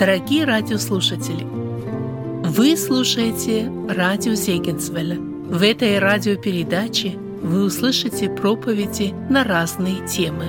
Дорогие радиослушатели, вы слушаете радио Зегенсвелля. В этой радиопередаче вы услышите проповеди на разные темы.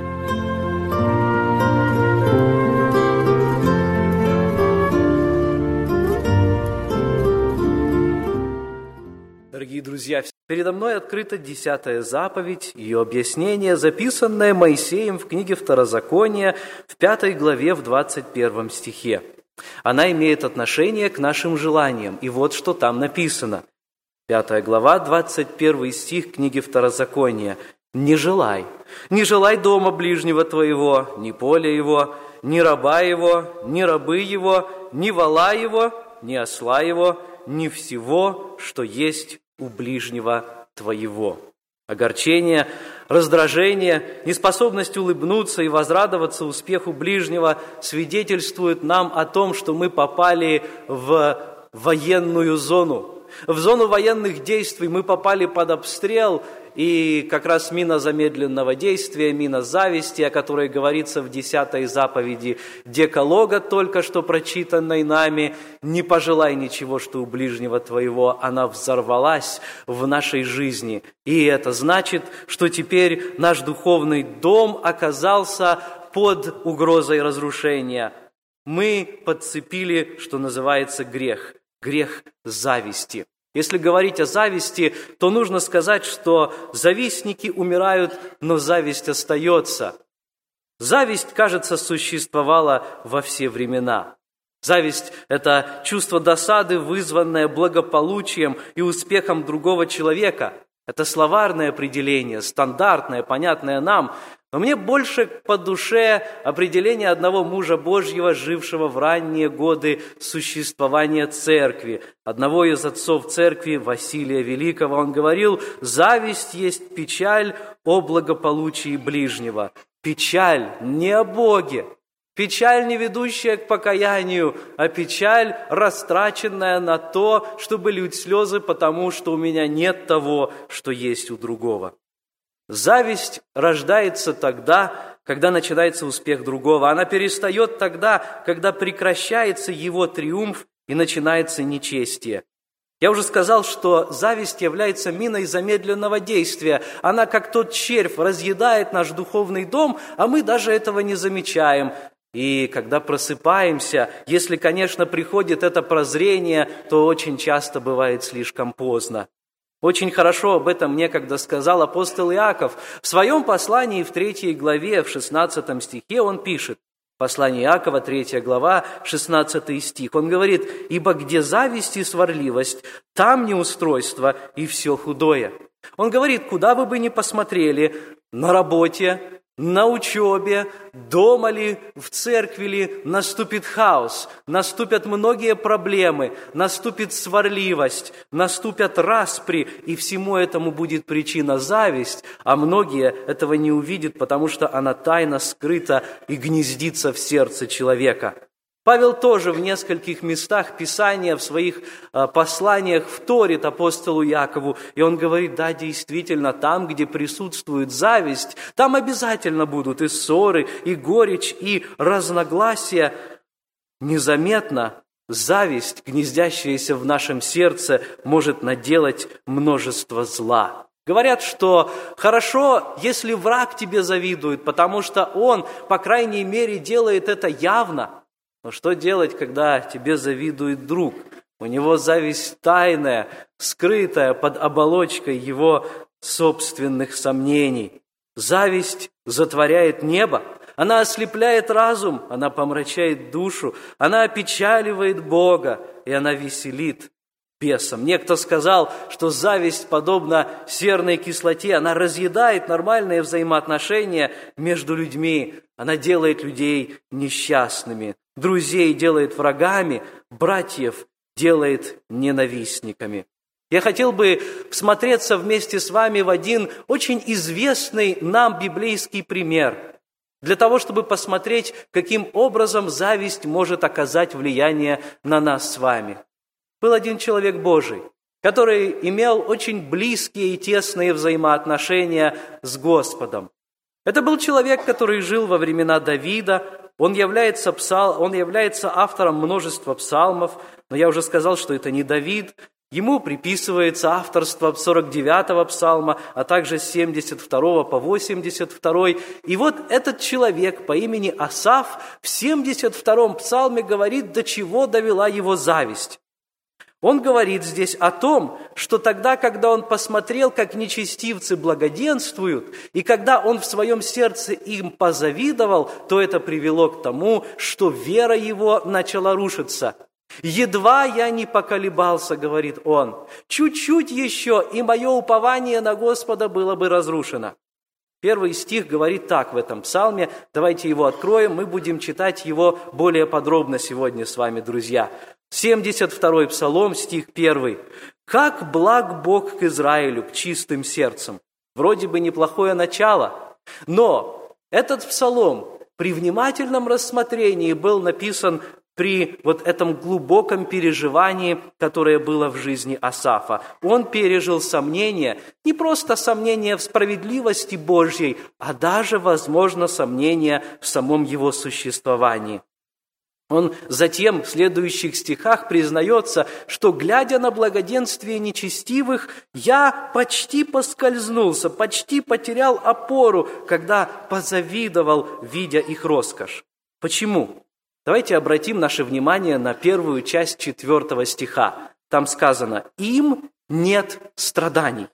Дорогие друзья, передо мной открыта 10-я заповедь, ее объяснение, записанное Моисеем в книге Второзакония в 5 главе в 21 стихе. Она имеет отношение к нашим желаниям, и вот что там написано. 5 глава, 21 стих книги Второзакония. «Не желай дома ближнего твоего, ни поля его, ни раба его, ни рабы его, ни вола его, ни осла его, ни всего, что есть у ближнего твоего». Огорчение, раздражение, неспособность улыбнуться и возрадоваться успеху ближнего свидетельствуют нам о том, что мы попали в военную зону. В зону военных действий мы попали под обстрел, и как раз мина замедленного действия, мина зависти, о которой говорится в 10-й заповеди Декалога, только что прочитанной нами, «Не пожелай ничего, что у ближнего твоего», она взорвалась в нашей жизни. И это значит, что теперь наш духовный дом оказался под угрозой разрушения. Мы подцепили, что называется, грех зависти. Если говорить о зависти, то нужно сказать, что завистники умирают, но зависть остается. Зависть, кажется, существовала во все времена. Зависть – это чувство досады, вызванное благополучием и успехом другого человека. Это словарное определение, стандартное, понятное нам. Но мне больше по душе определение одного мужа Божьего, жившего в ранние годы существования церкви. Одного из отцов церкви, Василия Великого, он говорил: «Зависть есть печаль о благополучии ближнего». Печаль не о Боге. Печаль, не ведущая к покаянию, а печаль, растраченная на то, чтобы лить слезы, потому что у меня нет того, что есть у другого. Зависть рождается тогда, когда начинается успех другого. Она перестает тогда, когда прекращается его триумф и начинается нечестие. Я уже сказал, что зависть является миной замедленного действия. Она, как тот червь, разъедает наш духовный дом, а мы даже этого не замечаем. И когда просыпаемся, если, конечно, приходит это прозрение, то очень часто бывает слишком поздно. Очень хорошо об этом некогда сказал апостол Иаков. В своем послании в 3 главе, в 16 стихе он пишет, послание Иакова, 3 глава, 16 стих, он говорит: «Ибо где зависть и сварливость, там неустройство и все худое». Он говорит, куда вы бы ни посмотрели, на работе, на учебе, дома ли, в церкви ли, наступит хаос, наступят многие проблемы, наступит сварливость, наступят распри, и всему этому будет причина зависть, а многие этого не увидят, потому что она тайно скрыта и гнездится в сердце человека. Павел тоже в нескольких местах Писания, в своих посланиях вторит апостолу Якову, и он говорит: да, действительно, там, где присутствует зависть, там обязательно будут и ссоры, и горечь, и разногласия. Незаметно зависть, гнездящаяся в нашем сердце, может наделать множество зла. Говорят, что хорошо, если враг тебе завидует, потому что он, по крайней мере, делает это явно. Но что делать, когда тебе завидует друг? У него зависть тайная, скрытая под оболочкой его собственных сомнений. Зависть затворяет небо, она ослепляет разум, она помрачает душу, она опечаливает Бога, и она веселит бесом. Некто сказал, что зависть подобна серной кислоте, она разъедает нормальные взаимоотношения между людьми, она делает людей несчастными. Друзей делает врагами, братьев делает ненавистниками. Я хотел бы всмотреться вместе с вами в один очень известный нам библейский пример, для того, чтобы посмотреть, каким образом зависть может оказать влияние на нас с вами. Был один человек Божий, который имел очень близкие и тесные взаимоотношения с Господом. Это был человек, который жил во времена Давида. Он является автором множества псалмов, но я уже сказал, что это не Давид. Ему приписывается авторство 49-го псалма, а также с 72 по 82. И вот этот человек по имени Асаф в 72-м псалме говорит, до чего довела его зависть. Он говорит здесь о том, что тогда, когда он посмотрел, как нечестивцы благоденствуют, и когда он в своем сердце им позавидовал, то это привело к тому, что вера его начала рушиться. «Едва я не поколебался, — говорит он, — чуть-чуть еще, и мое упование на Господа было бы разрушено». Первый стих говорит так в этом псалме. Давайте его откроем, мы будем читать его более подробно сегодня с вами, друзья. 72-й псалом, стих 1. «Как благ Бог к Израилю, к чистым сердцем». Вроде бы неплохое начало, но этот псалом при внимательном рассмотрении был написан при вот этом глубоком переживании, которое было в жизни Асафа. Он пережил сомнения, не просто сомнения в справедливости Божьей, а даже, возможно, сомнения в самом его существовании. Он затем в следующих стихах признается, что, глядя на благоденствие нечестивых, я почти поскользнулся, почти потерял опору, когда позавидовал, видя их роскошь. Почему? Давайте обратим наше внимание на первую часть 4 стиха. Там сказано: «Им нет страданий».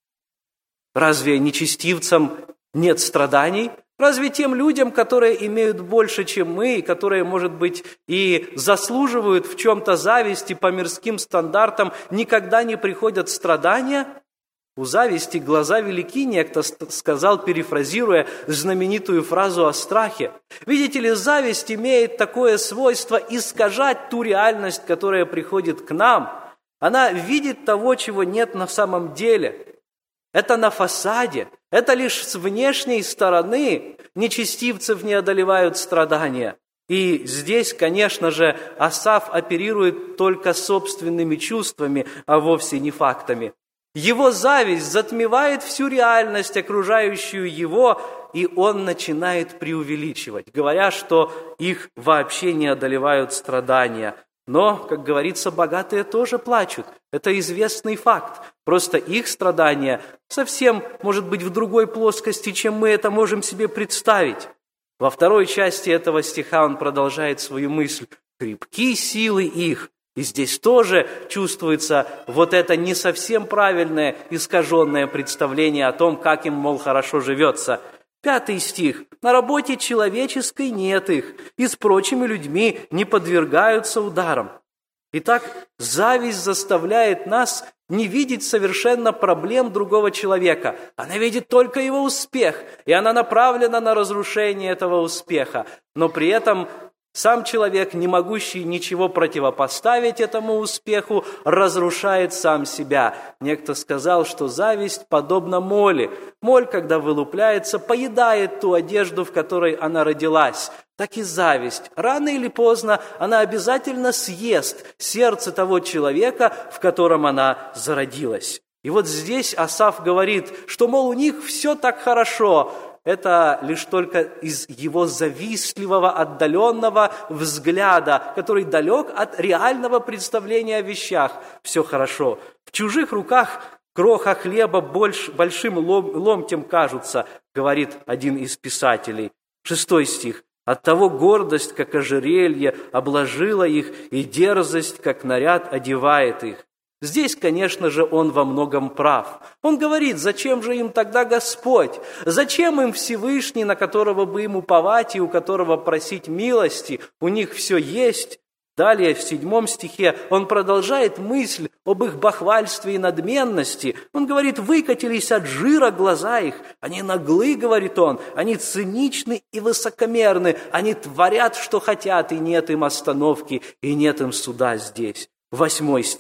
Разве нечестивцам нет страданий? Разве тем людям, которые имеют больше, чем мы, которые, может быть, и заслуживают в чем-то зависти по мирским стандартам, никогда не приходят страдания? У зависти глаза велики, некто сказал, перефразируя знаменитую фразу о страхе. Видите ли, зависть имеет такое свойство искажать ту реальность, которая приходит к нам. Она видит того, чего нет на самом деле. Это на фасаде, это лишь с внешней стороны нечестивцев не одолевают страдания. И здесь, конечно же, Асаф оперирует только собственными чувствами, а вовсе не фактами. Его зависть затмевает всю реальность, окружающую его, и он начинает преувеличивать, говоря, что их вообще не одолевают страдания. Но, как говорится, богатые тоже плачут. Это известный факт. Просто их страдания совсем, может быть, в другой плоскости, чем мы это можем себе представить. Во второй части этого стиха он продолжает свою мысль. «Крепки силы их». И здесь тоже чувствуется вот это не совсем правильное, искаженное представление о том, как им, мол, хорошо живется. 5 стих. «На работе человеческой нет их, и с прочими людьми не подвергаются ударам». Итак, зависть заставляет нас не видеть совершенно проблем другого человека. Она видит только его успех, и она направлена на разрушение этого успеха. Но при этом сам человек, не могущий ничего противопоставить этому успеху, разрушает сам себя. Некто сказал, что зависть подобна моли. Моль, когда вылупляется, поедает ту одежду, в которой она родилась. Так и зависть. Рано или поздно она обязательно съест сердце того человека, в котором она зародилась. И вот здесь Асаф говорит, что, мол, у них все так хорошо. Это лишь только из его завистливого, отдаленного взгляда, который далек от реального представления о вещах. Все хорошо. В чужих руках кроха хлеба большим ломтем кажутся, говорит один из писателей. 6 стих. «Оттого гордость, как ожерелье, обложила их, и дерзость, как наряд, одевает их». Здесь, конечно же, он во многом прав. Он говорит, зачем же им тогда Господь? Зачем им Всевышний, на которого бы им уповать и у которого просить милости? У них все есть. Далее, в 7 стихе, он продолжает мысль об их бахвальстве и надменности. Он говорит, выкатились от жира глаза их. Они наглы, говорит он, они циничны и высокомерны. Они творят, что хотят, и нет им остановки, и нет им суда здесь. 8 стих.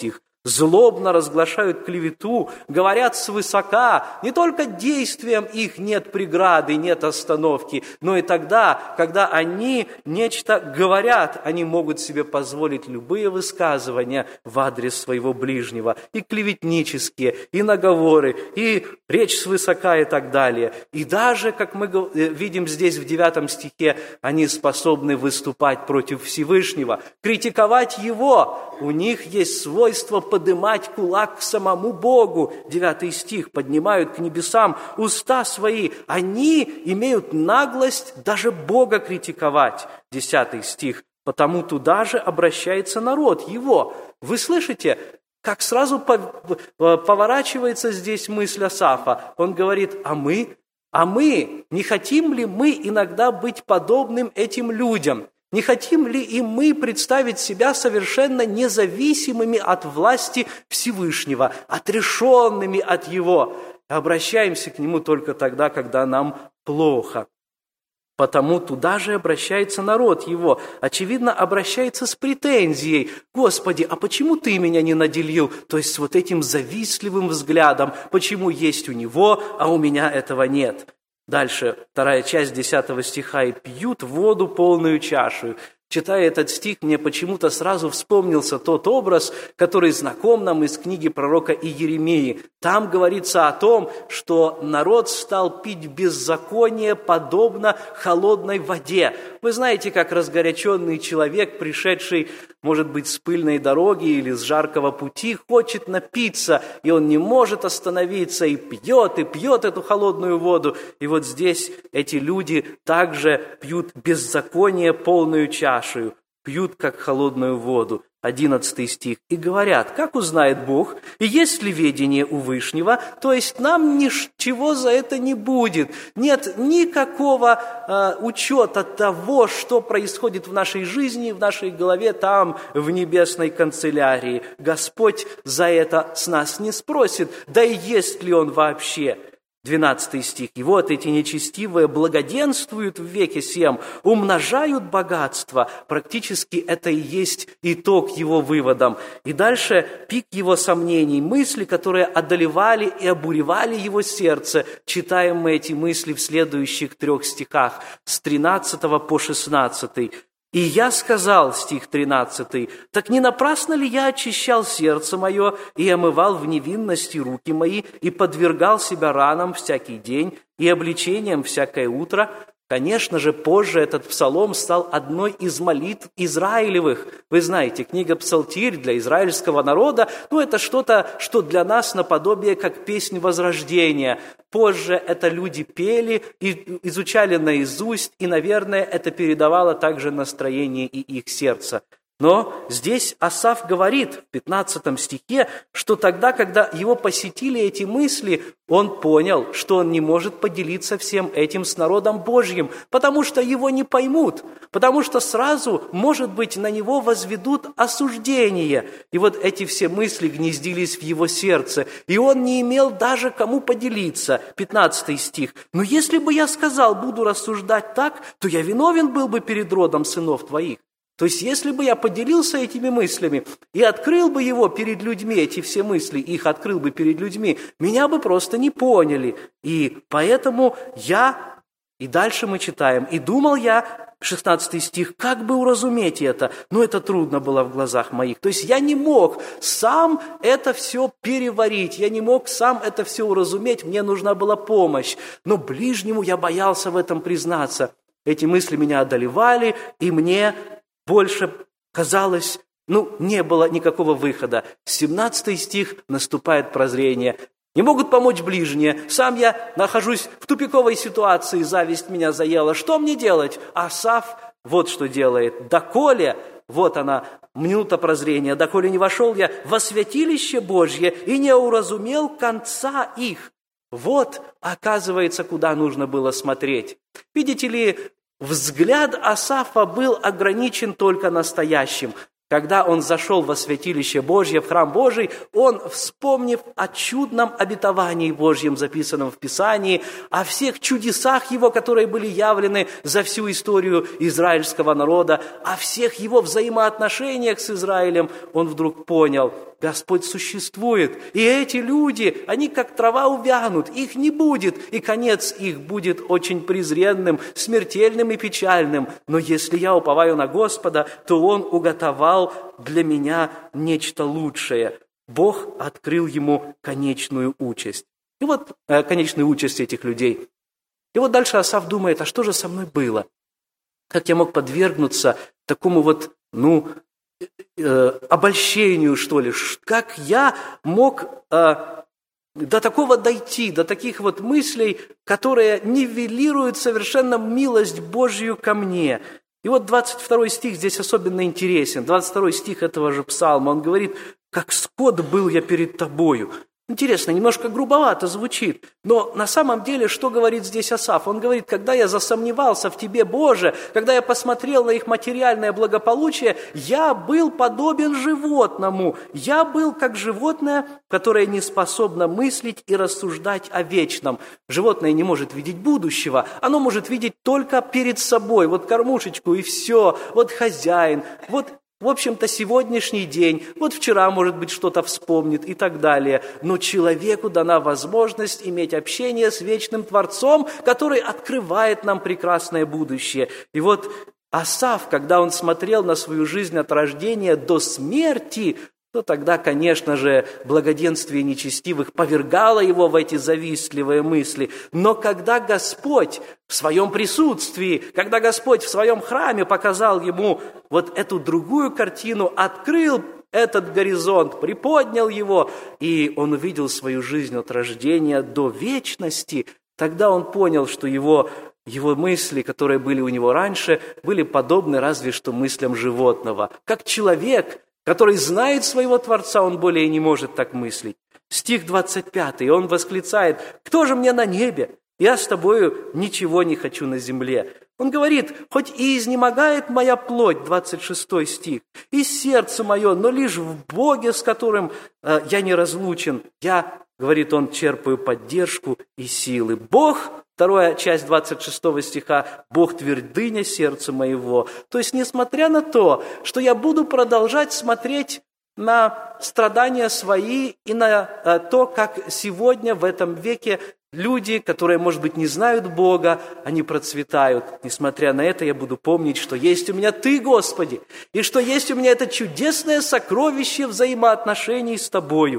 злобно разглашают клевету, говорят свысока, не только действиям их нет преграды, нет остановки, но и тогда, когда они нечто говорят, они могут себе позволить любые высказывания в адрес своего ближнего, и клеветнические, и наговоры, и речь свысока и так далее. И даже, как мы видим здесь в 9 стихе, они способны выступать против Всевышнего, критиковать Его. У них есть свойство поднимать кулак к самому Богу. 9 стих. Поднимают к небесам уста свои. Они имеют наглость даже Бога критиковать. 10 стих. Потому туда же обращается народ Его. Вы слышите, как сразу поворачивается здесь мысль Асафа. Он говорит, а мы, не хотим ли мы иногда быть подобным этим людям? Не хотим ли и мы представить себя совершенно независимыми от власти Всевышнего, отрешенными от Его? Обращаемся к Нему только тогда, когда нам плохо. Потому туда же обращается народ Его. Очевидно, обращается с претензией. «Господи, а почему Ты меня не наделил?» То есть с вот этим завистливым взглядом. Почему есть у него, а у меня этого нет? Дальше, 2 часть 10 стиха. «И пьют воду полную чашу». Читая этот стих, мне почему-то сразу вспомнился тот образ, который знаком нам из книги пророка Иеремии. Там говорится о том, что народ стал пить беззаконие подобно холодной воде. Вы знаете, как разгоряченный человек, пришедший, может быть, с пыльной дороги или с жаркого пути, хочет напиться, и он не может остановиться, и пьет эту холодную воду. И вот здесь эти люди также пьют беззаконие полную чашу. Пьют, как холодную воду. 11 стих. «И говорят, как узнает Бог, и есть ли ведение у Вышнего, то есть нам ничего за это не будет. Нет никакого учета того, что происходит в нашей жизни, в нашей голове, там, в небесной канцелярии. Господь за это с нас не спросит, да и есть ли Он вообще». 12 стих. «И вот эти нечестивые благоденствуют в веке сем, умножают богатство». Практически это и есть итог его выводам. И дальше пик его сомнений, мысли, которые одолевали и обуревали его сердце. Читаем мы эти мысли в следующих 3 стихах, с 13 по 16. «И я сказал», стих 13, «так не напрасно ли я очищал сердце мое и омывал в невинности руки мои и подвергал себя ранам всякий день и обличениям всякое утро?» Конечно же, позже этот псалом стал одной из молитв Израилевых. Вы знаете, книга «Псалтирь» для израильского народа, это что-то, что для нас наподобие как песнь возрождения. Позже это люди пели и изучали наизусть, и, наверное, это передавало также настроение и их сердца. Но здесь Асаф говорит в 15 стихе, что тогда, когда его посетили эти мысли, он понял, что он не может поделиться всем этим с народом Божьим, потому что его не поймут, потому что сразу, может быть, на него возведут осуждение. И вот эти все мысли гнездились в его сердце, и он не имел даже кому поделиться. 15 стих. «Но если бы я сказал, буду рассуждать так, то я виновен был бы перед родом сынов твоих». То есть, если бы я поделился этими мыслями и открыл бы его перед людьми, эти все мысли, их открыл бы перед людьми, меня бы просто не поняли. И поэтому и дальше мы читаем, «И думал я», 16 стих, «как бы уразуметь это?» Но это трудно было в глазах моих. То есть, я не мог сам это все переварить, я не мог сам это все уразуметь, мне нужна была помощь. Но ближнему я боялся в этом признаться. Эти мысли меня одолевали, и мне больше казалось, не было никакого выхода. 17 стих, наступает прозрение. Не могут помочь ближние. Сам я нахожусь в тупиковой ситуации, зависть меня заела. Что мне делать? Асаф вот что делает. «Доколе», вот она, минута прозрения, «доколе не вошел я во святилище Божье и не уразумел конца их». Вот, оказывается, куда нужно было смотреть. Видите ли, взгляд Асафа был ограничен только настоящим. Когда он зашел во святилище Божье, в храм Божий, он, вспомнив о чудном обетовании Божьем, записанном в Писании, о всех чудесах его, которые были явлены за всю историю израильского народа, о всех его взаимоотношениях с Израилем, он вдруг понял, Господь существует. И эти люди, они как трава увянут, их не будет, и конец их будет очень презренным, смертельным и печальным. Но если я уповаю на Господа, то Он уготовал для меня нечто лучшее. Бог открыл ему конечную участь. И вот конечную участь этих людей. И вот дальше Асаф думает, а что же со мной было? Как я мог подвергнуться такому вот, обольщению, что ли? Как я мог до такого дойти, до таких вот мыслей, которые нивелируют совершенно милость Божью ко мне? И вот 22 стих здесь особенно интересен. 22 стих этого же псалма, он говорит, «Как скот был я перед тобою». Интересно, немножко грубовато звучит, но на самом деле, что говорит здесь Асаф? Он говорит, когда я засомневался в Тебе, Боже, когда я посмотрел на их материальное благополучие, я был подобен животному, я был как животное, которое не способно мыслить и рассуждать о вечном. Животное не может видеть будущего, оно может видеть только перед собой, вот кормушечку и все, вот хозяин, вот в общем-то, сегодняшний день, вот вчера, может быть, что-то вспомнит и так далее. Но человеку дана возможность иметь общение с вечным Творцом, который открывает нам прекрасное будущее. И вот Асаф, когда он смотрел на свою жизнь от рождения до смерти, то тогда, конечно же, благоденствие нечестивых повергало его в эти завистливые мысли. Но когда Господь в своем присутствии, когда Господь в своем храме показал ему вот эту другую картину, открыл этот горизонт, приподнял его, и он увидел свою жизнь от рождения до вечности, тогда он понял, что его мысли, которые были у него раньше, были подобны разве что мыслям животного. Как человек, который знает своего Творца, он более не может так мыслить. Стих 25, и он восклицает, «Кто же мне на небе? Я с тобою ничего не хочу на земле». Он говорит, «Хоть и изнемогает моя плоть», 26 стих, «и сердце мое, но лишь в Боге, с которым я не разлучен, я, говорит он, черпаю поддержку и силы». Бог, вторая часть 26 стиха, «Бог твердыня сердца моего». То есть, несмотря на то, что я буду продолжать смотреть на страдания свои и на то, как сегодня в этом веке люди, которые, может быть, не знают Бога, они процветают. Несмотря на это, я буду помнить, что есть у меня Ты, Господи, и что есть у меня это чудесное сокровище взаимоотношений с Тобою.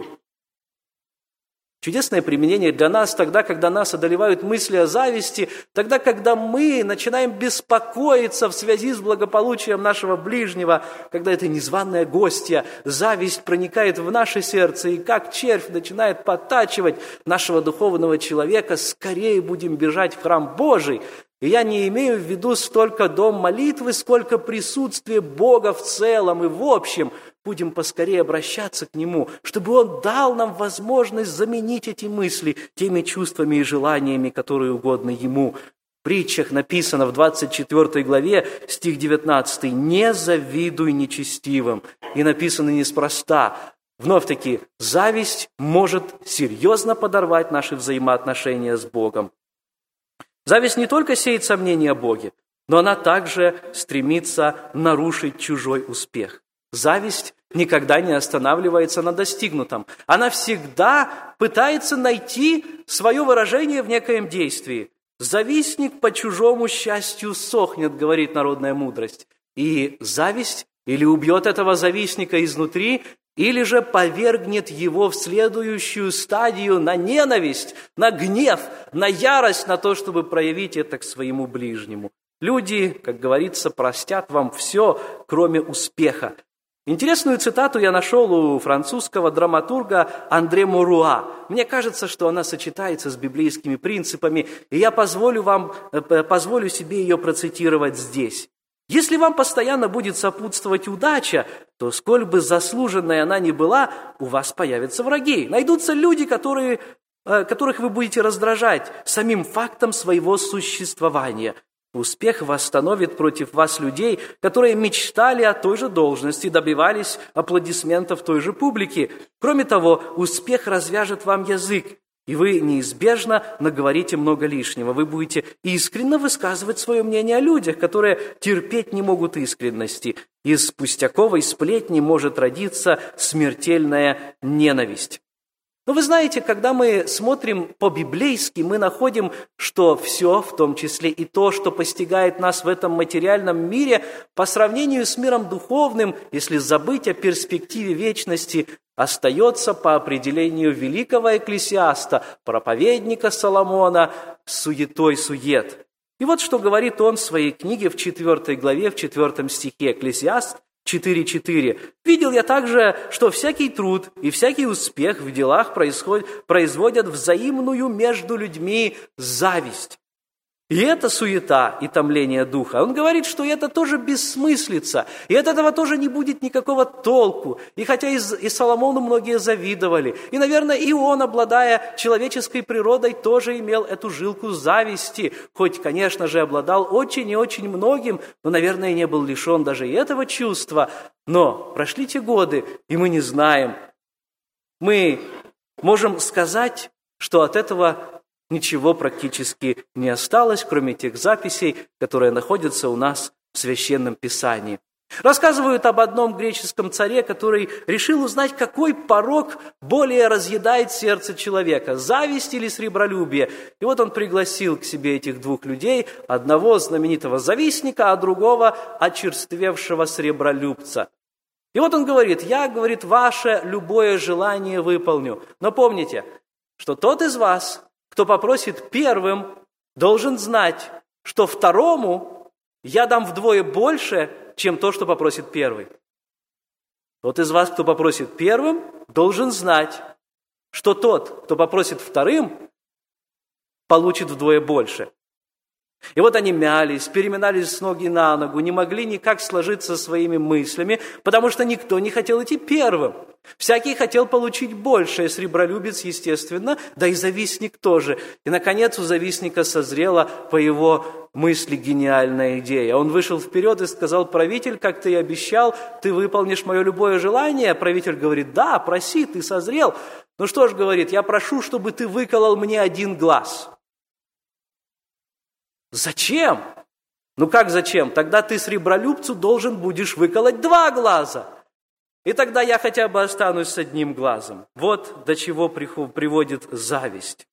Чудесное применение для нас тогда, когда нас одолевают мысли о зависти, тогда, когда мы начинаем беспокоиться в связи с благополучием нашего ближнего, когда это незваное гостья, зависть проникает в наше сердце, и как червь начинает подтачивать нашего духовного человека, скорее будем бежать в храм Божий. И я не имею в виду столько дом молитвы, сколько присутствие Бога в целом и в общем. Будем поскорее обращаться к Нему, чтобы Он дал нам возможность заменить эти мысли теми чувствами и желаниями, которые угодны Ему. В притчах написано в 24 главе, стих 19, «Не завидуй нечестивым». И написано неспроста. Вновь-таки, зависть может серьезно подорвать наши взаимоотношения с Богом. Зависть не только сеет сомнения о Боге, но она также стремится нарушить чужой успех. Зависть никогда не останавливается на достигнутом. Она всегда пытается найти свое выражение в некоем действии. «Завистник по чужому счастью сохнет», говорит народная мудрость. И зависть или убьет этого завистника изнутри, или же повергнет его в следующую стадию на ненависть, на гнев, на ярость, на то, чтобы проявить это к своему ближнему. Люди, как говорится, простят вам все, кроме успеха. Интересную цитату я нашел у французского драматурга Андре Моруа. Мне кажется, что она сочетается с библейскими принципами, и я позволю себе ее процитировать здесь. «Если вам постоянно будет сопутствовать удача, то, сколь бы заслуженной она ни была, у вас появятся враги. Найдутся люди, которых вы будете раздражать самим фактом своего существования. Успех восстановит против вас людей, которые мечтали о той же должности, добивались аплодисментов той же публики. Кроме того, успех развяжет вам язык. И вы неизбежно наговорите много лишнего. Вы будете искренне высказывать свое мнение о людях, которые терпеть не могут искренности. Из пустяковой сплетни может родиться смертельная ненависть. Но вы знаете, когда мы смотрим по-библейски, мы находим, что все, в том числе и то, что постигает нас в этом материальном мире, по сравнению с миром духовным, если забыть о перспективе вечности, остается по определению великого экклесиаста, проповедника Соломона, суетой-сует. И вот что говорит он в своей книге в 4 главе, в 4 стихе, Экклесиаст 4:4. «Видел я также, что всякий труд и всякий успех в делах производят взаимную между людьми зависть». И это суета и томление духа. Он говорит, что это тоже бессмыслица, и от этого тоже не будет никакого толку. И хотя и Соломону многие завидовали, и, наверное, и он, обладая человеческой природой, тоже имел эту жилку зависти, хоть, конечно же, обладал очень и очень многим, но, наверное, не был лишен даже и этого чувства. Но прошли те годы, и мы не знаем. Мы можем сказать, что от этого ничего практически не осталось, кроме тех записей, которые находятся у нас в Священном Писании. Рассказывают об одном греческом царе, который решил узнать, какой порок более разъедает сердце человека – зависть или сребролюбие. И вот он пригласил к себе этих двух людей, одного знаменитого завистника, а другого очерствевшего сребролюбца. И вот он говорит: «Я, говорит, ваше любое желание выполню. Но помните, что тот из вас, кто попросит первым, должен знать, что второму я дам вдвое больше, чем то, что попросит первый. Тот из вас, кто попросит первым, должен знать, что тот, кто попросит вторым, получит вдвое больше». И вот они мялись, переминались с ноги на ногу, не могли никак сложиться своими мыслями, потому что никто не хотел идти первым. Всякий хотел получить большее, сребролюбец, естественно, да и завистник тоже. И, наконец, у завистника созрела по его мысли гениальная идея. Он вышел вперед и сказал: «Правитель, как ты и обещал, ты выполнишь мое любое желание». Правитель говорит: «Да, проси, ты созрел». «Ну что ж, — говорит, — я прошу, чтобы ты выколол мне один глаз». «Зачем?» «Ну как зачем? Тогда ты сребролюбцу должен будешь выколоть 2 глаза. И тогда я хотя бы останусь с одним глазом». Вот до чего приводит зависть.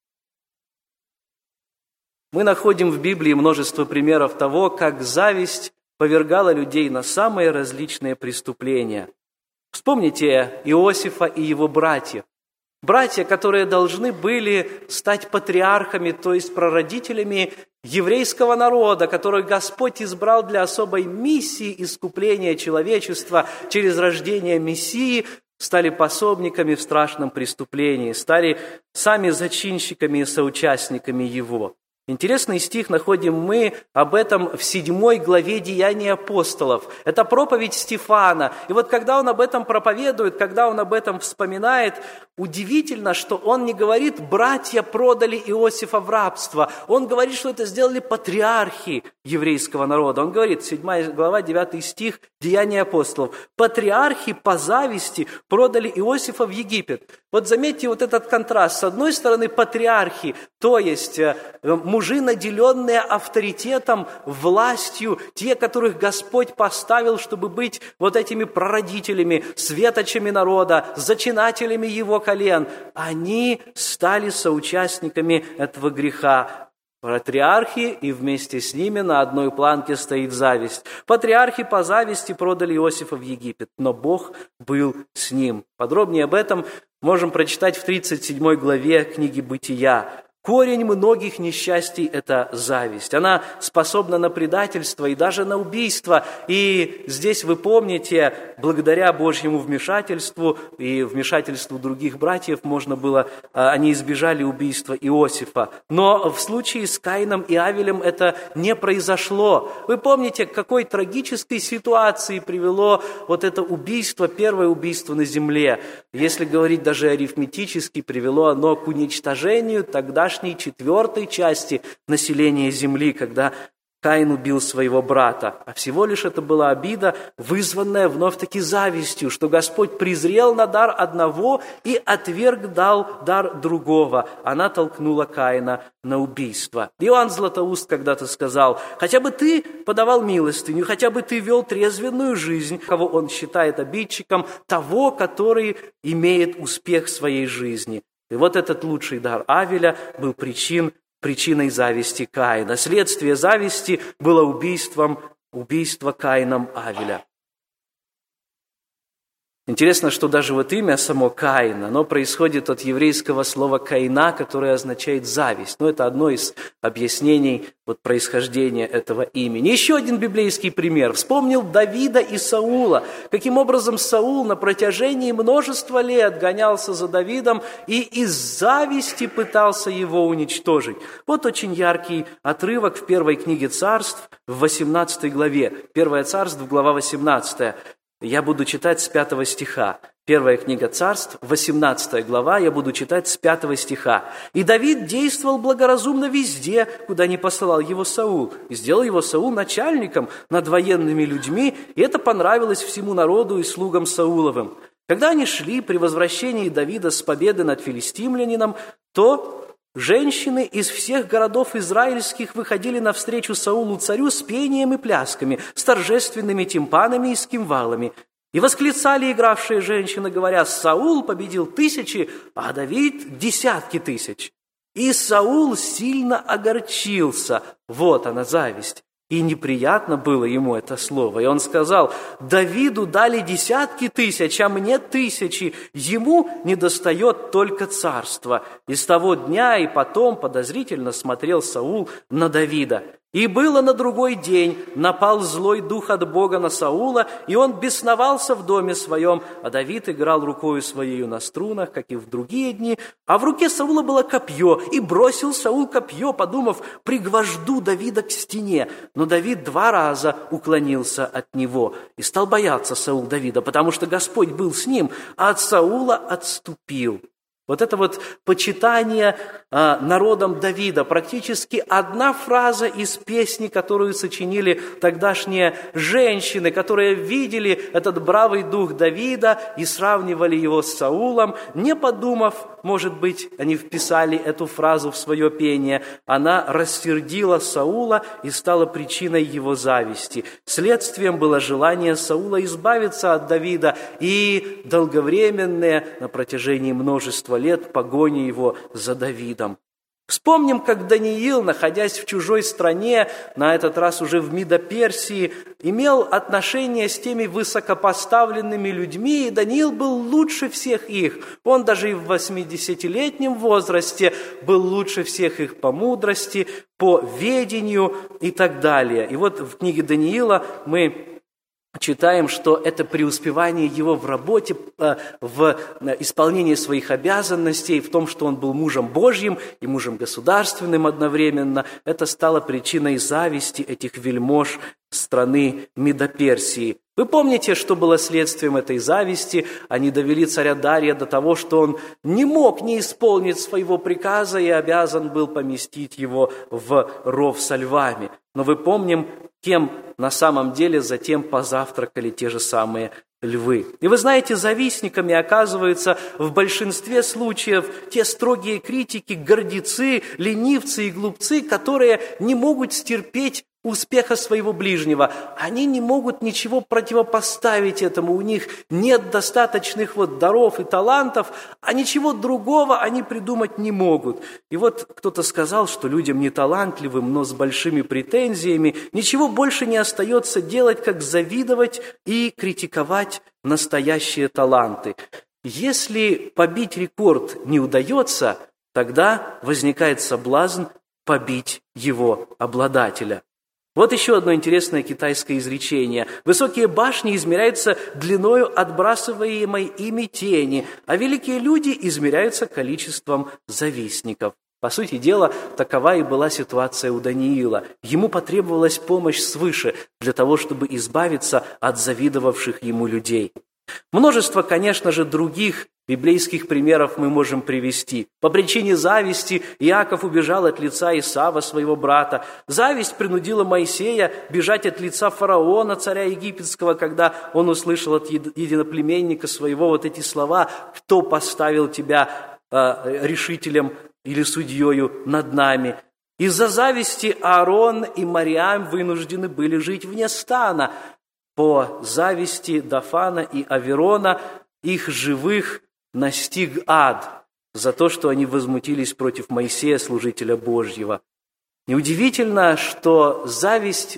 Мы находим в Библии множество примеров того, как зависть повергала людей на самые различные преступления. Вспомните Иосифа и его братьев. Братья, которые должны были стать патриархами, то есть прародителями еврейского народа, которых Господь избрал для особой миссии искупления человечества через рождение Мессии, стали пособниками в страшном преступлении, стали сами зачинщиками и соучастниками его. Интересный стих находим мы об этом в 7 главе Деяний апостолов. Это проповедь Стефана. И вот когда он об этом проповедует, когда он об этом вспоминает, удивительно, что он не говорит: «Братья продали Иосифа в рабство». Он говорит, что это сделали патриархи еврейского народа. Он говорит, 7 глава, 9 стих, Деяния апостолов: «Патриархи по зависти продали Иосифа в Египет». Вот заметьте вот этот контраст. С одной стороны, патриархи, то есть мужи, наделенные авторитетом, властью, те, которых Господь поставил, чтобы быть вот этими прародителями, светочами народа, зачинателями его колен, они стали соучастниками этого греха. Патриархи, и вместе с ними на одной планке стоит зависть. Патриархи по зависти продали Иосифа в Египет, но Бог был с ним. Подробнее об этом можем прочитать в 37 главе книги «Бытия». Корень многих несчастий – это зависть. Она способна на предательство и даже на убийство. И здесь, вы помните, благодаря Божьему вмешательству и вмешательству других братьев они избежали убийства Иосифа. Но в случае с Каином и Авелем это не произошло. Вы помните, к какой трагической ситуации привело вот это убийство, первое убийство на земле. Если говорить даже арифметически, привело оно к уничтожению тогдашней 4 части населения земли, когда Каин убил своего брата, а всего лишь это была обида, вызванная вновь-таки завистью, что Господь презрел на дар одного и отверг дар другого. Она толкнула Каина на убийство. Иоанн Златоуст когда-то сказал: «Хотя бы ты подавал милостыню, хотя бы ты вел трезвенную жизнь», кого он считает обидчиком, того, который имеет успех в своей жизни. И вот этот лучший дар Авеля был причиной зависти Каина. Следствие зависти было убийство Каином Авеля. Интересно, что даже вот имя само Каин, оно происходит от еврейского слова «каина», которое означает «зависть». Но это одно из объяснений происхождения этого имени. Еще один библейский пример. Вспомнил Давида и Саула. Каким образом Саул на протяжении множества лет гонялся за Давидом и из зависти пытался его уничтожить. Вот очень яркий отрывок в первой книге Царств, в 18 главе. Первое Царство, глава 18. Я буду читать с 5 стиха. Первая книга Царств, 18 глава, я буду читать с 5 стиха. «И Давид действовал благоразумно везде, куда не посылал его Саул, и сделал его Саул начальником над военными людьми, и это понравилось всему народу и слугам Сауловым. Когда они шли при возвращении Давида с победы над филистимлянином, то женщины из всех городов израильских выходили навстречу Саулу царю с пением и плясками, с торжественными тимпанами и с кимвалами. И восклицали игравшие женщины, говоря: Саул победил тысячи, а Давид десятки тысяч. И Саул сильно огорчился». Вот она, зависть. И неприятно было ему это слово. И он сказал: «Давиду дали десятки тысяч, а мне тысячи. Ему недостает только царства». И с того дня и потом подозрительно смотрел Саул на Давида. И было на другой день, напал злой дух от Бога на Саула, и он бесновался в доме своем, а Давид играл рукою своею на струнах, как и в другие дни. А в руке Саула было копье, и бросил Саул копье, подумав: пригвожду Давида к стене. Но Давид 2 раза уклонился от него, и стал бояться Саул Давида, потому что Господь был с ним, а от Саула отступил. Вот это почитание народом Давида, практически одна фраза из песни, которую сочинили тогдашние женщины, которые видели этот бравый дух Давида и сравнивали его с Саулом, не подумав, может быть, они вписали эту фразу в свое пение. Она рассердила Саула и стала причиной его зависти. Следствием было желание Саула избавиться от Давида и долговременные, на протяжении множества лет, погони его за Давидом. Вспомним, как Даниил, находясь в чужой стране, на этот раз уже в Мидо-Персии, имел отношения с теми высокопоставленными людьми, и Даниил был лучше всех их. Он даже и в 80-летнем возрасте был лучше всех их по мудрости, по ведению и так далее. И вот в книге Даниила мы читаем, что это преуспевание его в работе, в исполнении своих обязанностей, в том, что он был мужем Божьим и мужем государственным одновременно, это стало причиной зависти этих вельмож страны Мидо-Персии. Вы помните, что было следствием этой зависти? Они довели царя Дария до того, что он не мог не исполнить своего приказа и обязан был поместить его в ров со львами. Но вы помним, кем на самом деле затем позавтракали те же самые львы. И вы знаете, завистниками оказываются в большинстве случаев те строгие критики, гордецы, ленивцы и глупцы, которые не могут стерпеть успеха своего ближнего. Они не могут ничего противопоставить этому. У них нет достаточных даров и талантов, а ничего другого они придумать не могут. И вот кто-то сказал, что людям неталантливым, но с большими претензиями ничего больше не остается делать, как завидовать и критиковать настоящие таланты. Если побить рекорд не удается, тогда возникает соблазн побить его обладателя. Вот еще одно интересное китайское изречение. Высокие башни измеряются длиною отбрасываемой ими тени, а великие люди измеряются количеством завистников. По сути дела, такова и была ситуация у Даниила. Ему потребовалась помощь свыше для того, чтобы избавиться от завидовавших ему людей. Множество, конечно же, других библейских примеров мы можем привести. По причине зависти Иаков убежал от лица Исава, своего брата. Зависть принудила Моисея бежать от лица фараона, царя египетского, когда он услышал от единоплеменника своего вот эти слова: «Кто поставил тебя решителем или судьею над нами?» Из-за зависти Аарон и Марьям вынуждены были жить вне стана. По зависти Дафана и Аверона их живых настиг ад за то, что они возмутились против Моисея, служителя Божьего. Неудивительно, что зависть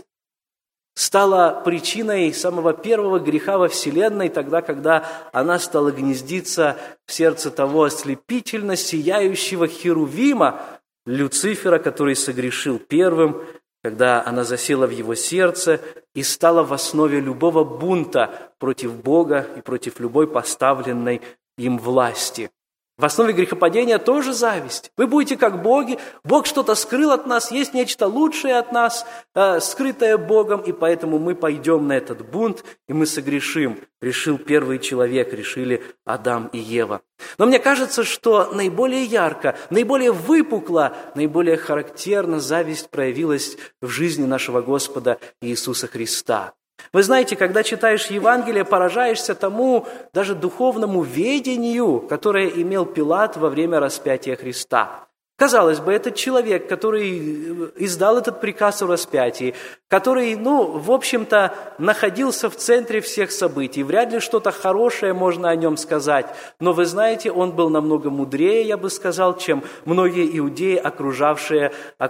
стала причиной самого первого греха во вселенной, тогда, когда она стала гнездиться в сердце того ослепительно сияющего херувима, Люцифера, который согрешил первым, когда она засела в его сердце и стала в основе любого бунта против Бога и против любой поставленной им власти. В основе грехопадения тоже зависть. Вы будете как боги, Бог что-то скрыл от нас, есть нечто лучшее от нас, скрытое Богом, и поэтому мы пойдем на этот бунт, и мы согрешим. Решил первый человек, решили Адам и Ева. Но мне кажется, что наиболее ярко, наиболее выпукло, наиболее характерно зависть проявилась в жизни нашего Господа Иисуса Христа. Вы знаете, когда читаешь Евангелие, поражаешься тому даже духовному ведению, которое имел Пилат во время распятия Христа. Казалось бы, этот человек, который издал этот приказ о распятии, который, в общем-то, находился в центре всех событий, вряд ли что-то хорошее можно о нем сказать, но вы знаете, он был намного мудрее, я бы сказал, чем многие иудеи, окружавшие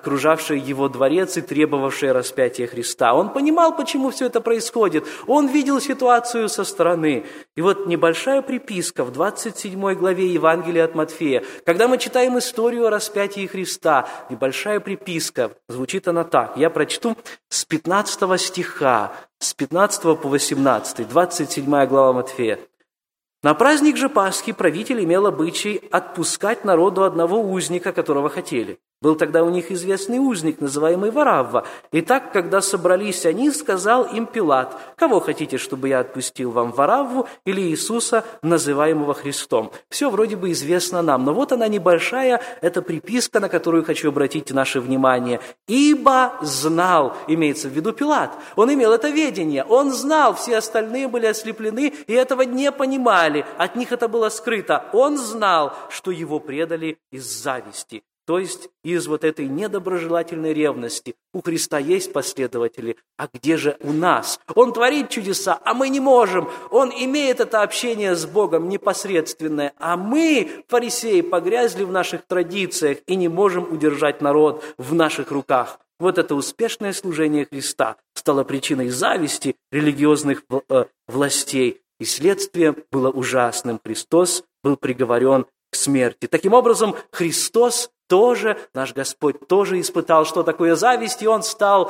его дворец и требовавшие распятия Христа. Он понимал, почему все это происходит, он видел ситуацию со стороны. И вот небольшая приписка в 27 главе Евангелия от Матфея, когда мы читаем историю о распятии Христа, небольшая приписка, звучит она так, я прочту с 15 стиха, с 15 по 18, 27 глава Матфея. «На праздник же Пасхи правитель имел обычай отпускать народу одного узника, которого хотели. Был тогда у них известный узник, называемый Варавва. И так, когда собрались они, сказал им Пилат: «Кого хотите, чтобы я отпустил вам, Варавву или Иисуса, называемого Христом?» Все вроде бы известно нам, но вот она небольшая, это приписка, на которую хочу обратить наше внимание. «Ибо знал», имеется в виду Пилат, он имел это ведение, он знал, все остальные были ослеплены и этого не понимали, от них это было скрыто. Он знал, что его предали из зависти. То есть из вот этой недоброжелательной ревности. У Христа есть последователи, а где же у нас? Он творит чудеса, а мы не можем. Он имеет это общение с Богом непосредственное, а мы, фарисеи, погрязли в наших традициях и не можем удержать народ в наших руках. Вот это успешное служение Христа стало причиной зависти религиозных властей, и следствие было ужасным. Христос был приговорен к смерти. Таким образом, Христос тоже, наш Господь тоже испытал, что такое зависть, и Он стал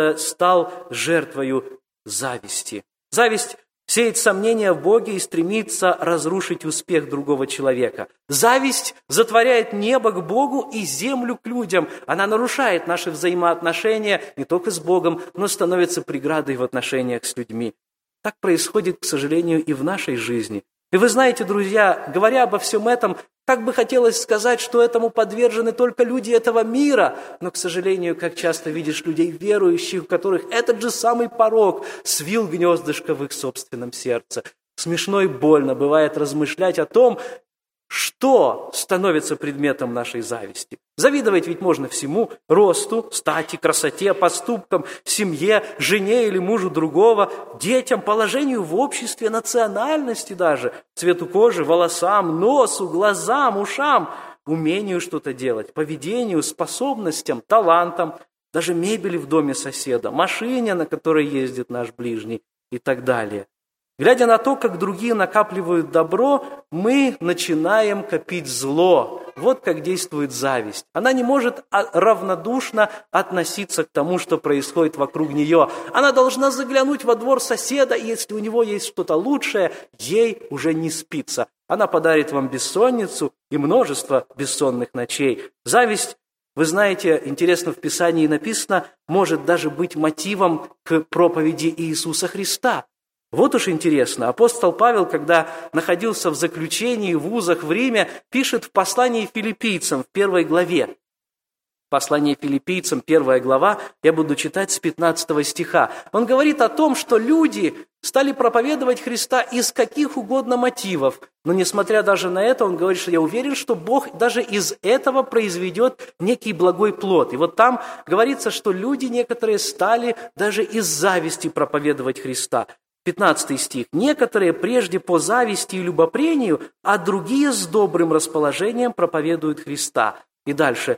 жертвою зависти. Зависть сеет сомнения в Боге и стремится разрушить успех другого человека. Зависть затворяет небо к Богу и землю к людям. Она нарушает наши взаимоотношения не только с Богом, но становится преградой в отношениях с людьми. Так происходит, к сожалению, и в нашей жизни. И вы знаете, друзья, говоря обо всем этом, как бы хотелось сказать, что этому подвержены только люди этого мира, но, к сожалению, как часто видишь людей верующих, у которых этот же самый порок свил гнездышко в их собственном сердце. Смешно и больно бывает размышлять о том, что становится предметом нашей зависти. Завидовать ведь можно всему: росту, стати, красоте, поступкам, семье, жене или мужу другого, детям, положению в обществе, национальности даже, цвету кожи, волосам, носу, глазам, ушам, умению что-то делать, поведению, способностям, талантам, даже мебели в доме соседа, машине, на которой ездит наш ближний и так далее. Глядя на то, как другие накапливают добро, мы начинаем копить зло. Вот как действует зависть. Она не может равнодушно относиться к тому, что происходит вокруг нее. Она должна заглянуть во двор соседа, и если у него есть что-то лучшее, ей уже не спится. Она подарит вам бессонницу и множество бессонных ночей. Зависть, вы знаете, интересно, в Писании написано, может даже быть мотивом к проповеди Иисуса Христа. Вот уж интересно, апостол Павел, когда находился в заключении в вузах в Риме, пишет в послании филиппийцам в 1 главе. Послание филиппийцам, 1 глава, я буду читать с 15 стиха. Он говорит о том, что люди стали проповедовать Христа из каких угодно мотивов. Но несмотря даже на это, он говорит, что я уверен, что Бог даже из этого произведет некий благой плод. И вот там говорится, что люди некоторые стали даже из зависти проповедовать Христа. 15 стих. «Некоторые прежде по зависти и любопрению, а другие с добрым расположением проповедуют Христа». И дальше,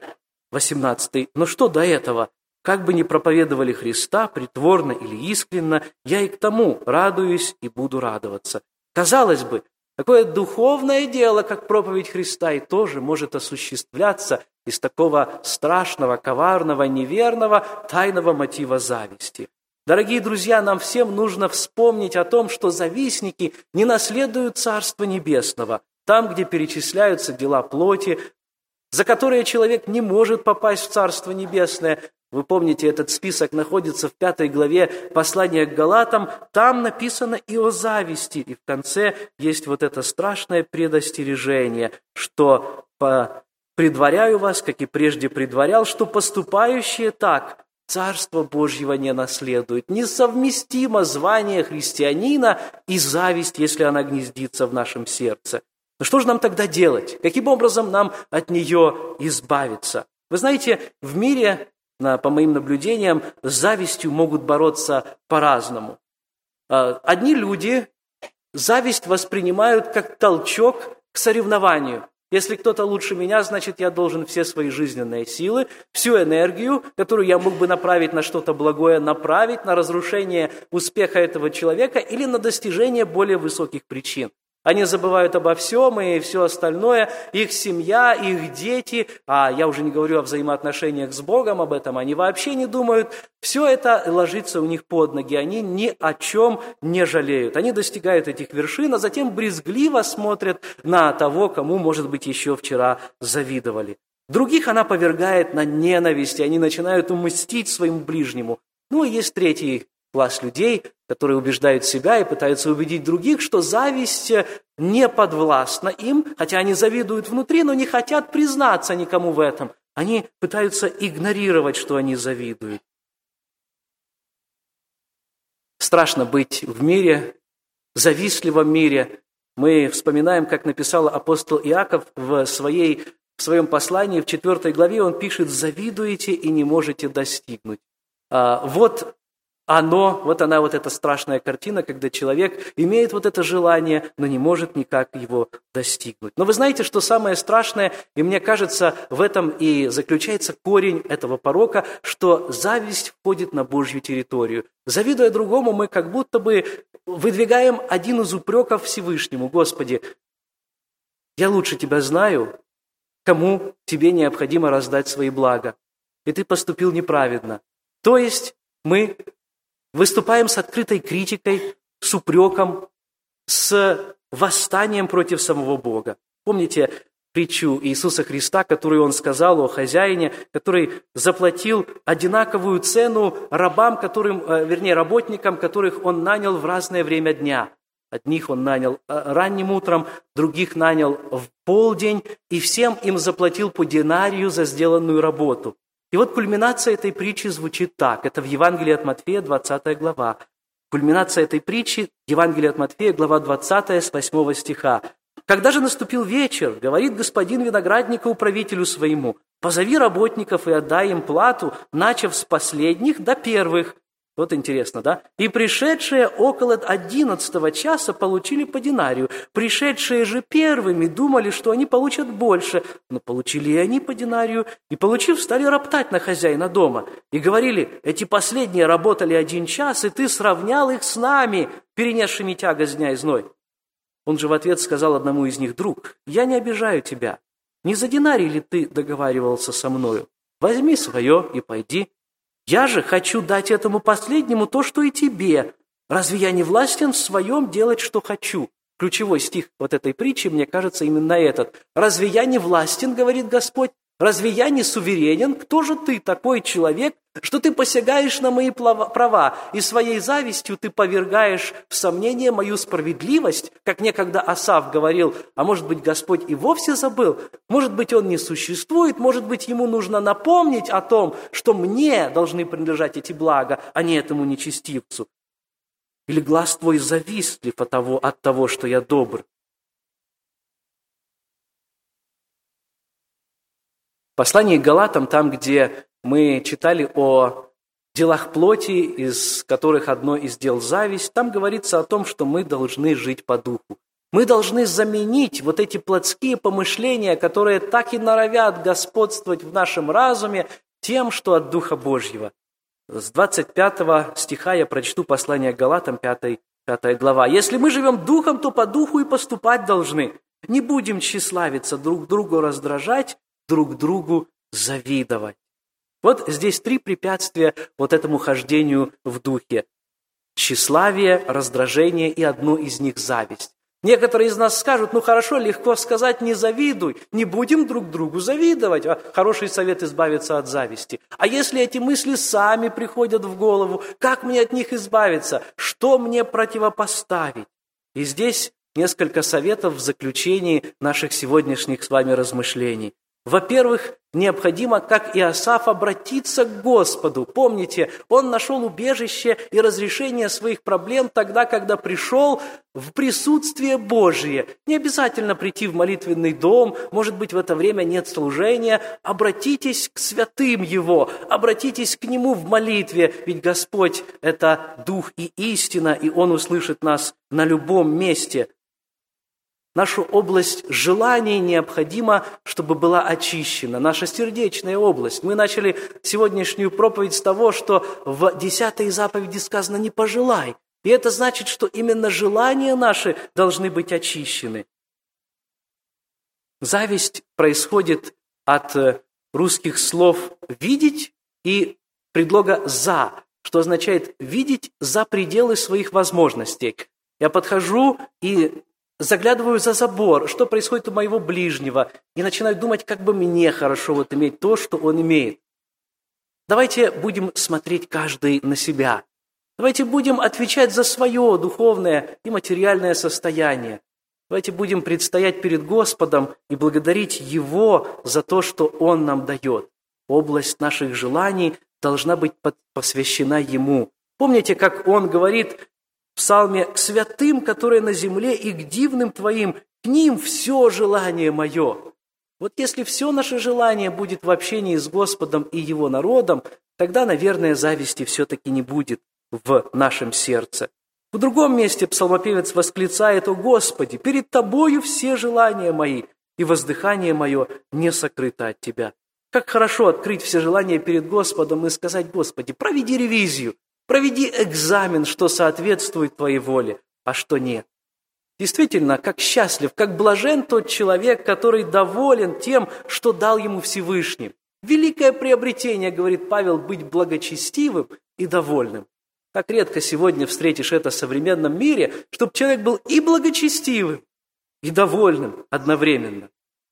18. «Но что до этого? Как бы ни проповедовали Христа, притворно или искренно, я и к тому радуюсь и буду радоваться». Казалось бы, такое духовное дело, как проповедь Христа, и тоже может осуществляться из такого страшного, коварного, неверного, тайного мотива зависти. Дорогие друзья, нам всем нужно вспомнить о том, что завистники не наследуют Царство Небесного, там, где перечисляются дела плоти, за которые человек не может попасть в Царство Небесное. Вы помните, этот список находится в 5 главе послания к Галатам. Там написано и о зависти. И в конце есть вот это страшное предостережение, что предваряю вас, как и прежде предварял, что поступающие так Царство Божьего не наследуют. Несовместимо звание христианина и зависть, если она гнездится в нашем сердце. Но что же нам тогда делать? Каким образом нам от нее избавиться? Вы знаете, в мире, по моим наблюдениям, с завистью могут бороться по-разному. Одни люди зависть воспринимают как толчок к соревнованию. Если кто-то лучше меня, значит, я должен все свои жизненные силы, всю энергию, которую я мог бы направить на что-то благое, направить на разрушение успеха этого человека или на достижение более высоких причин. Они забывают обо всем, и все остальное, их семья, их дети, а я уже не говорю о взаимоотношениях с Богом, об этом они вообще не думают. Все это ложится у них под ноги, они ни о чем не жалеют. Они достигают этих вершин, а затем брезгливо смотрят на того, кому, может быть, еще вчера завидовали. Других она повергает на ненависть, и они начинают мстить своему ближнему. Ну и есть третий класс людей, которые убеждают себя и пытаются убедить других, что зависть не подвластна им, хотя они завидуют внутри, но не хотят признаться никому в этом. Они пытаются игнорировать, что они завидуют. Страшно быть в мире, завистливом мире. Мы вспоминаем, как написал апостол Иаков в своем послании, в 4 главе, он пишет: «Завидуете и не можете достигнуть». Вот она, вот эта страшная картина, когда человек имеет вот это желание, но не может никак его достигнуть. Но вы знаете, что самое страшное, и мне кажется, в этом и заключается корень этого порока, что зависть входит на Божью территорию. Завидуя другому, мы как будто бы выдвигаем один из упреков Всевышнему: «Господи, я лучше Тебя знаю, кому Тебе необходимо раздать свои блага, и Ты поступил неправедно». То есть мы выступаем с открытой критикой, с упреком, с восстанием против самого Бога. Помните притчу Иисуса Христа, которую Он сказал о хозяине, который заплатил одинаковую цену работникам, которых Он нанял в разное время дня. Одних Он нанял ранним утром, других нанял в полдень, и всем им заплатил по динарию за сделанную работу. И вот кульминация этой притчи звучит так. Это в Евангелии от Матфея, 20 глава. Кульминация этой притчи, Евангелие от Матфея, глава 20, с 8 стиха. «Когда же наступил вечер, говорит господин виноградника управителю своему: позови работников и отдай им плату, начав с последних до первых». Вот интересно, да? «И пришедшие около 11 часа получили по динарию. Пришедшие же первыми думали, что они получат больше, но получили и они по динарию, и, получив, стали роптать на хозяина дома. И говорили: эти последние работали 1 час, и ты сравнял их с нами, перенесшими тягость дня и зной». Он же в ответ сказал одному из них: «Друг, я не обижаю тебя. Не за динарий ли ты договаривался со мною? Возьми свое и пойди. Я же хочу дать этому последнему то, что и тебе. Разве я не властен в своем делать, что хочу?» Ключевой стих вот этой притчи, мне кажется, именно этот. «Разве я не властен, говорит Господь, Разве я не суверенен? Кто же ты, такой человек, что ты посягаешь на мои права, и своей завистью ты повергаешь в сомнение мою справедливость, как некогда Асав говорил, а может быть, Господь и вовсе забыл, может быть, Он не существует, может быть, Ему нужно напомнить о том, что мне должны принадлежать эти блага, а не этому нечестивцу. Или глаз твой завистлив от того, что я добр. В послании к Галатам, там, где мы читали о делах плоти, из которых одно из дел зависть, там говорится о том, что мы должны жить по духу. Мы должны заменить вот эти плотские помышления, которые так и норовят господствовать в нашем разуме, тем, что от Духа Божьего. С 25 стиха я прочту послание к Галатам, 5 глава. «Если мы живем духом, то по духу и поступать должны. Не будем тщеславиться, друг другу раздражать, друг другу завидовать». Вот здесь 3 препятствия вот этому хождению в духе. Тщеславие, раздражение и одно из них зависть. Некоторые из нас скажут, хорошо, легко сказать, не завидуй, не будем друг другу завидовать. Хороший совет избавиться от зависти. А если эти мысли сами приходят в голову, как мне от них избавиться? Что мне противопоставить? И здесь несколько советов в заключении наших сегодняшних с вами размышлений. Во-первых, необходимо, как и Асаф, обратиться к Господу. Помните, он нашел убежище и разрешение своих проблем тогда, когда пришел в присутствие Божие. Не обязательно прийти в молитвенный дом, может быть, в это время нет служения. Обратитесь к святым Его, обратитесь к Нему в молитве, ведь Господь – это Дух и истина, и Он услышит нас на любом месте. Нашу область желаний необходимо, чтобы была очищена, наша сердечная область. Мы начали сегодняшнюю проповедь с того, что в 10-й заповеди сказано «не пожелай». И это значит, что именно желания наши должны быть очищены. Зависть происходит от русских слов «видеть» и предлога «за», что означает «видеть за пределы своих возможностей». Я подхожу и заглядываю за забор, что происходит у моего ближнего, и начинаю думать, как бы мне хорошо иметь то, что он имеет. Давайте будем смотреть каждый на себя. Давайте будем отвечать за свое духовное и материальное состояние. Давайте будем предстоять перед Господом и благодарить Его за то, что Он нам дает. Область наших желаний должна быть посвящена Ему. Помните, как Он говорит в псалме «К святым, которые на земле, и к дивным Твоим, к ним все желание мое». Вот если все наше желание будет в общении с Господом и Его народом, тогда, наверное, зависти все-таки не будет в нашем сердце. В другом месте псалмопевец восклицает: «О Господи, перед Тобою все желания мои, и воздыхание мое не сокрыто от Тебя». Как хорошо открыть все желания перед Господом и сказать: Господи, проведи ревизию, проведи экзамен, что соответствует Твоей воле, а что нет. Действительно, как счастлив, как блажен тот человек, который доволен тем, что дал ему Всевышний. Великое приобретение, говорит Павел, быть благочестивым и довольным. Как редко сегодня встретишь это в современном мире, чтобы человек был и благочестивым, и довольным одновременно.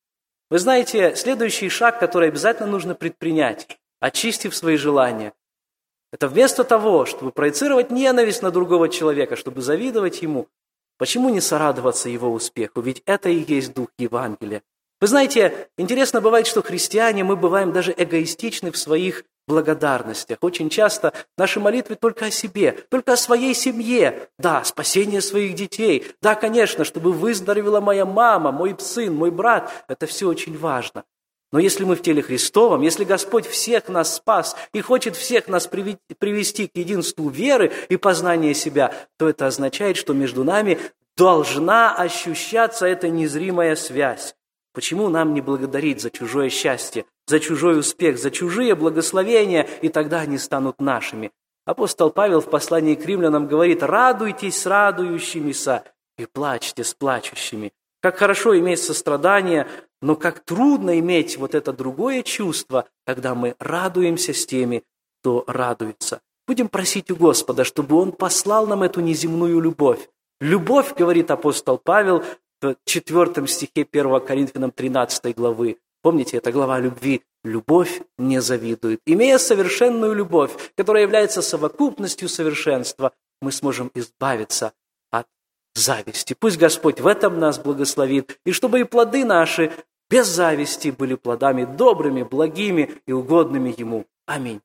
Вы знаете, следующий шаг, который обязательно нужно предпринять, очистив свои желания, это вместо того, чтобы проецировать ненависть на другого человека, чтобы завидовать ему, почему не сорадоваться его успеху? Ведь это и есть дух Евангелия. Вы знаете, интересно бывает, что христиане, мы бываем даже эгоистичны в своих благодарностях. Очень часто наши молитвы только о себе, только о своей семье. Да, спасение своих детей. Да, конечно, чтобы выздоровела моя мама, мой сын, мой брат. Это все очень важно. Но если мы в теле Христовом, если Господь всех нас спас и хочет всех нас привести к единству веры и познания себя, то это означает, что между нами должна ощущаться эта незримая связь. Почему нам не благодарить за чужое счастье, за чужой успех, за чужие благословения, и тогда они станут нашими? Апостол Павел в послании к римлянам говорит: «Радуйтесь с радующимися и плачьте с плачущими». Как хорошо иметь сострадание, но как трудно иметь вот это другое чувство, когда мы радуемся с теми, кто радуется. Будем просить у Господа, чтобы Он послал нам эту неземную любовь. Любовь, говорит апостол Павел в 4 стихе 1 Коринфянам 13 главы, Помните, это глава любви. Любовь не завидует. Имея совершенную любовь, которая является совокупностью совершенства, мы сможем избавиться от зависти. Пусть Господь в этом нас благословит, и чтобы и плоды наши без зависти были плодами добрыми, благими и угодными Ему. Аминь.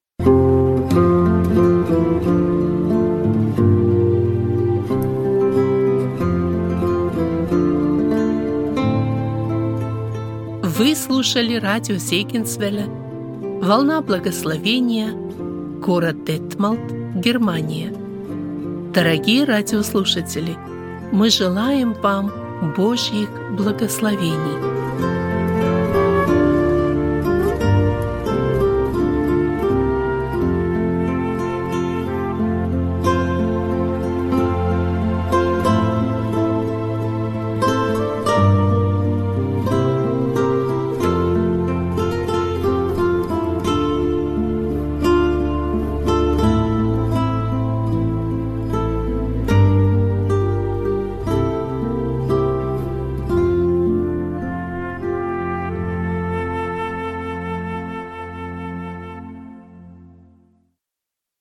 Вы слушали радио Зегенсвелля, «Волна благословения», город Детмалт, Германия. Дорогие радиослушатели, мы желаем вам Божьих благословений.